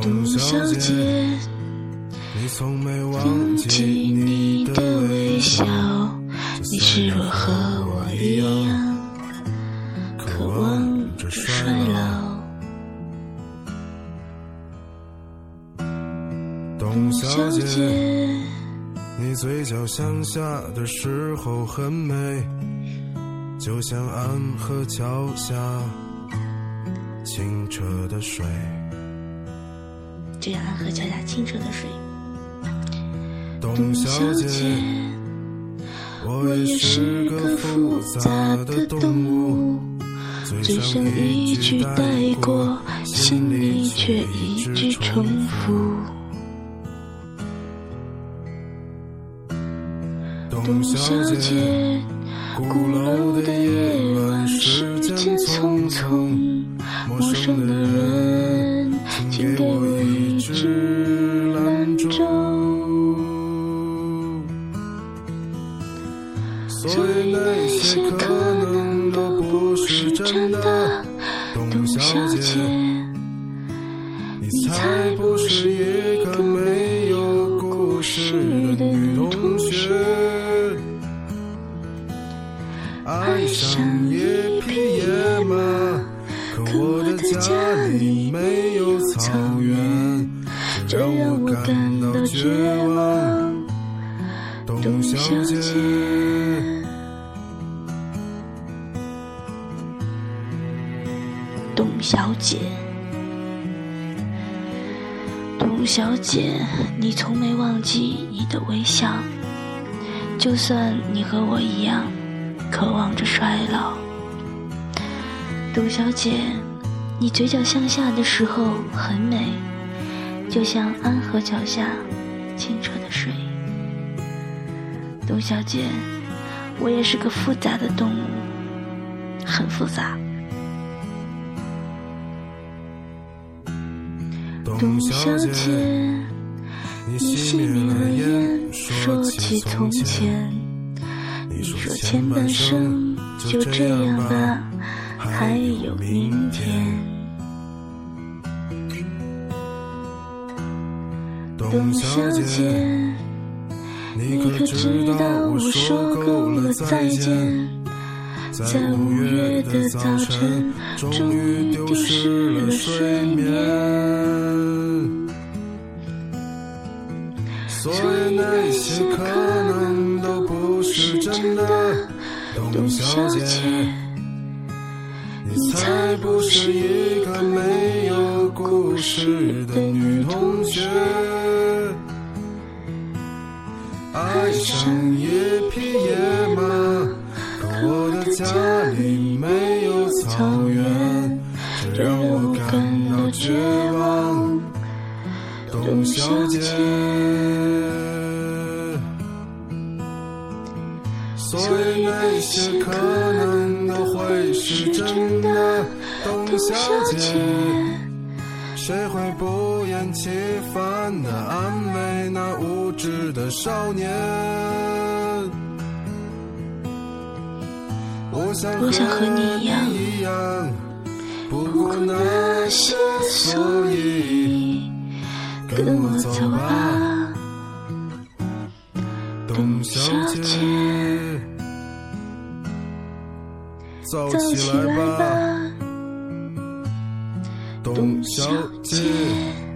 董小姐， 你从没忘记你的微笑， 你是否和我一样渴望着衰老？ 董小姐，你嘴角向下的时候很美，就像安河桥下清澈的水。 就像安河桥下清澈的水。 董小姐，我也是个复杂的动物， 嘴上一句带过，心里却一直重复。董小姐，鼓楼的夜晚，时间匆匆，陌生的人，请给我一支兰州。 所以那些可能都不是真的，董小姐，你才不是一个没有故事的女同学。爱上一匹野马，可我的家里没有草原，这让我感到绝望。董小姐， 董小姐，董小姐，你从没忘记你的微笑，就算你和我一样渴望着衰老。董小姐，你嘴角向下的时候很美，就像安河桥下清澈的水。董小姐，我也是个复杂的动物，很复杂。董小姐，你熄灭了烟，说起从前，你说前半生就这样吧，还有明天。董小姐，你可知道我说够了再见，在5月的早晨终于丢失了睡眠。 所以那些可能都不是真的，董小姐，你才不是一个没有故事的女同学。爱上一匹野马，可我的家里没有草原，这让我感到绝望。董小姐，所以那些可能都会是真的，董小姐，谁会不厌其烦地安慰那无知的少年？我想和你一样，不顾那些所以，跟我走吧，董小姐，走起来吧，董小姐。